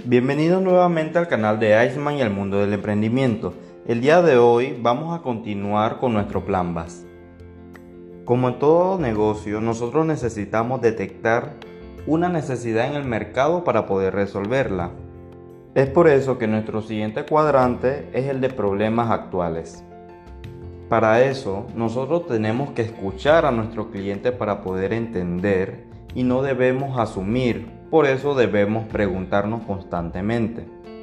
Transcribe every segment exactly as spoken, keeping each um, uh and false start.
Bienvenidos nuevamente al canal de Iceman y el mundo del emprendimiento. El día de hoy vamos a continuar con nuestro plan B A S. Como en todo negocio, nosotros necesitamos detectar una necesidad en el mercado para poder resolverla. Es por eso que nuestro siguiente cuadrante es el de problemas actuales. Para eso, nosotros tenemos que escuchar a nuestro cliente para poder entender y no debemos asumir, por eso debemos preguntarnos constantemente: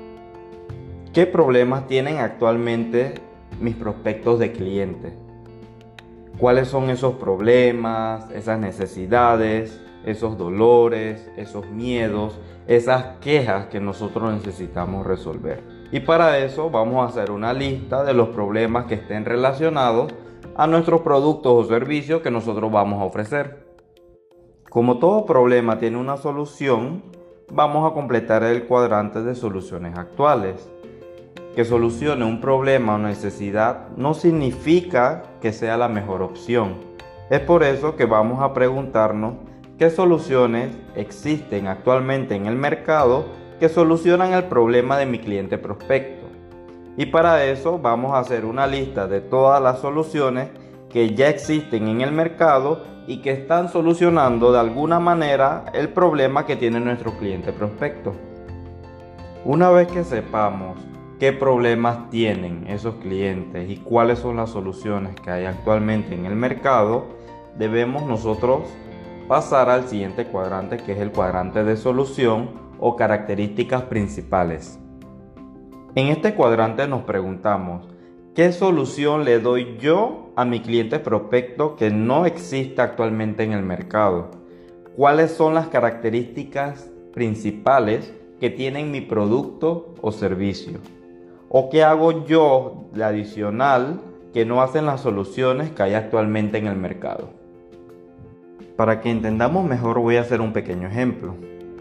¿qué problemas tienen actualmente mis prospectos de clientes? ¿Cuáles son esos problemas, esas necesidades, esos dolores, esos miedos, esas quejas que nosotros necesitamos resolver? Y para eso vamos a hacer una lista de los problemas que estén relacionados a nuestros productos o servicios que nosotros vamos a ofrecer. Como todo problema tiene una solución, vamos a completar el cuadrante de soluciones actuales. Que solucione un problema o necesidad no significa que sea la mejor opción. Es por eso que vamos a preguntarnos qué soluciones existen actualmente en el mercado que solucionan el problema de mi cliente prospecto. Y para eso vamos a hacer una lista de todas las soluciones que ya existen en el mercado y que están solucionando de alguna manera el problema que tiene nuestro cliente prospecto. Una vez que sepamos qué problemas tienen esos clientes y cuáles son las soluciones que hay actualmente en el mercado, debemos nosotros pasar al siguiente cuadrante, que es el cuadrante de solución o características principales. En este cuadrante nos preguntamos: ¿qué solución le doy yo a mi cliente prospecto que no existe actualmente en el mercado? ¿Cuáles son las características principales que tienen mi producto o servicio? ¿O qué hago yo de adicional que no hacen las soluciones que hay actualmente en el mercado? Para que entendamos mejor, voy a hacer un pequeño ejemplo.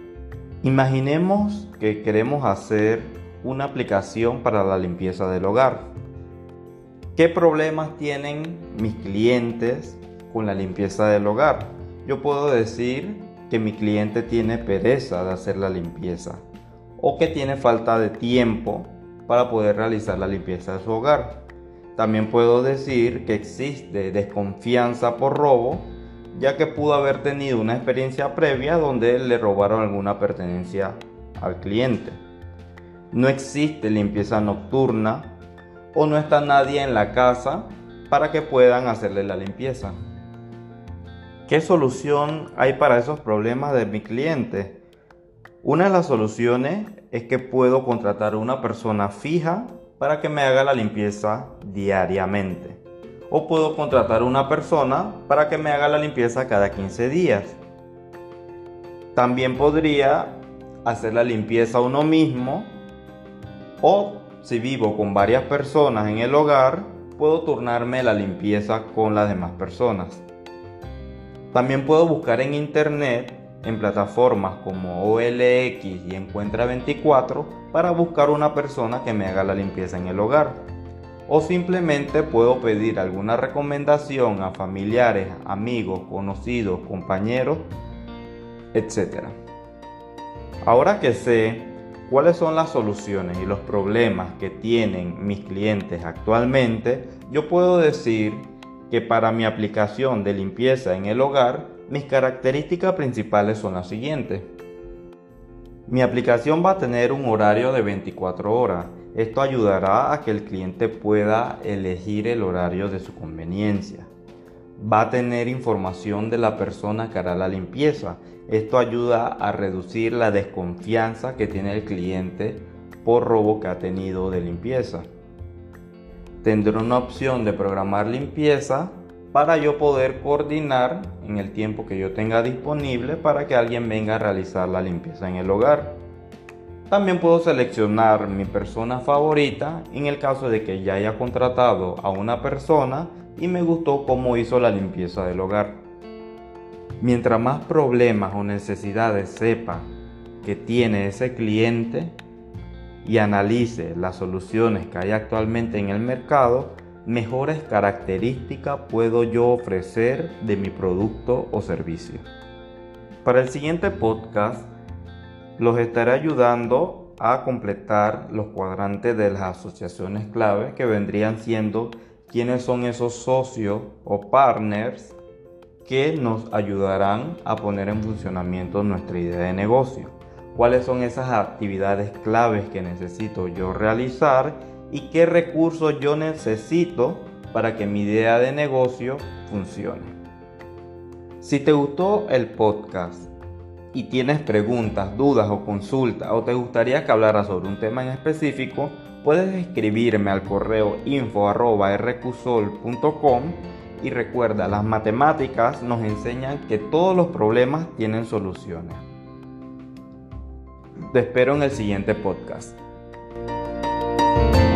Imaginemos que queremos hacer una aplicación para la limpieza del hogar. ¿Qué problemas tienen mis clientes con la limpieza del hogar? Yo puedo decir que mi cliente tiene pereza de hacer la limpieza o que tiene falta de tiempo para poder realizar la limpieza de su hogar. También puedo decir que existe desconfianza por robo, ya que pudo haber tenido una experiencia previa donde le robaron alguna pertenencia al cliente. No existe limpieza nocturna o no está nadie en la casa para que puedan hacerle la limpieza. ¿Qué solución hay para esos problemas de mi cliente? Una de las soluciones es que puedo contratar a una persona fija para que me haga la limpieza diariamente. O puedo contratar a una persona para que me haga la limpieza cada quince días. También podría hacer la limpieza uno mismo, o si vivo con varias personas en el hogar, puedo turnarme la limpieza con las demás personas. También puedo buscar en internet, en plataformas como O L X y Encuentra veinticuatro, para buscar una persona que me haga la limpieza en el hogar. O simplemente puedo pedir alguna recomendación a familiares, amigos, conocidos, compañeros, etcétera. Ahora que sé cuáles son las soluciones y los problemas que tienen mis clientes actualmente, yo puedo decir que para mi aplicación de limpieza en el hogar, mis características principales son las siguientes. Mi aplicación va a tener un horario de veinticuatro horas. Esto ayudará a que el cliente pueda elegir el horario de su conveniencia. Va a tener información de la persona que hará la limpieza. Esto ayuda a reducir la desconfianza que tiene el cliente por robo que ha tenido de limpieza. Tendré una opción de programar limpieza para yo poder coordinar en el tiempo que yo tenga disponible para que alguien venga a realizar la limpieza en el hogar. También puedo seleccionar mi persona favorita en el caso de que ya haya contratado a una persona y me gustó cómo hizo la limpieza del hogar. Mientras más problemas o necesidades sepa que tiene ese cliente y analice las soluciones que hay actualmente en el mercado, mejores características puedo yo ofrecer de mi producto o servicio. Para el siguiente podcast los estaré ayudando a completar los cuadrantes de las asociaciones clave, que vendrían siendo quiénes son esos socios o partners que nos ayudarán a poner en funcionamiento nuestra idea de negocio. Cuáles son esas actividades claves que necesito yo realizar y qué recursos yo necesito para que mi idea de negocio funcione. Si te gustó el podcast y tienes preguntas, dudas o consultas, o te gustaría que hablara sobre un tema en específico, puedes escribirme al correo info arroba r q sol punto com. Y recuerda, las matemáticas nos enseñan que todos los problemas tienen soluciones. Te espero en el siguiente podcast.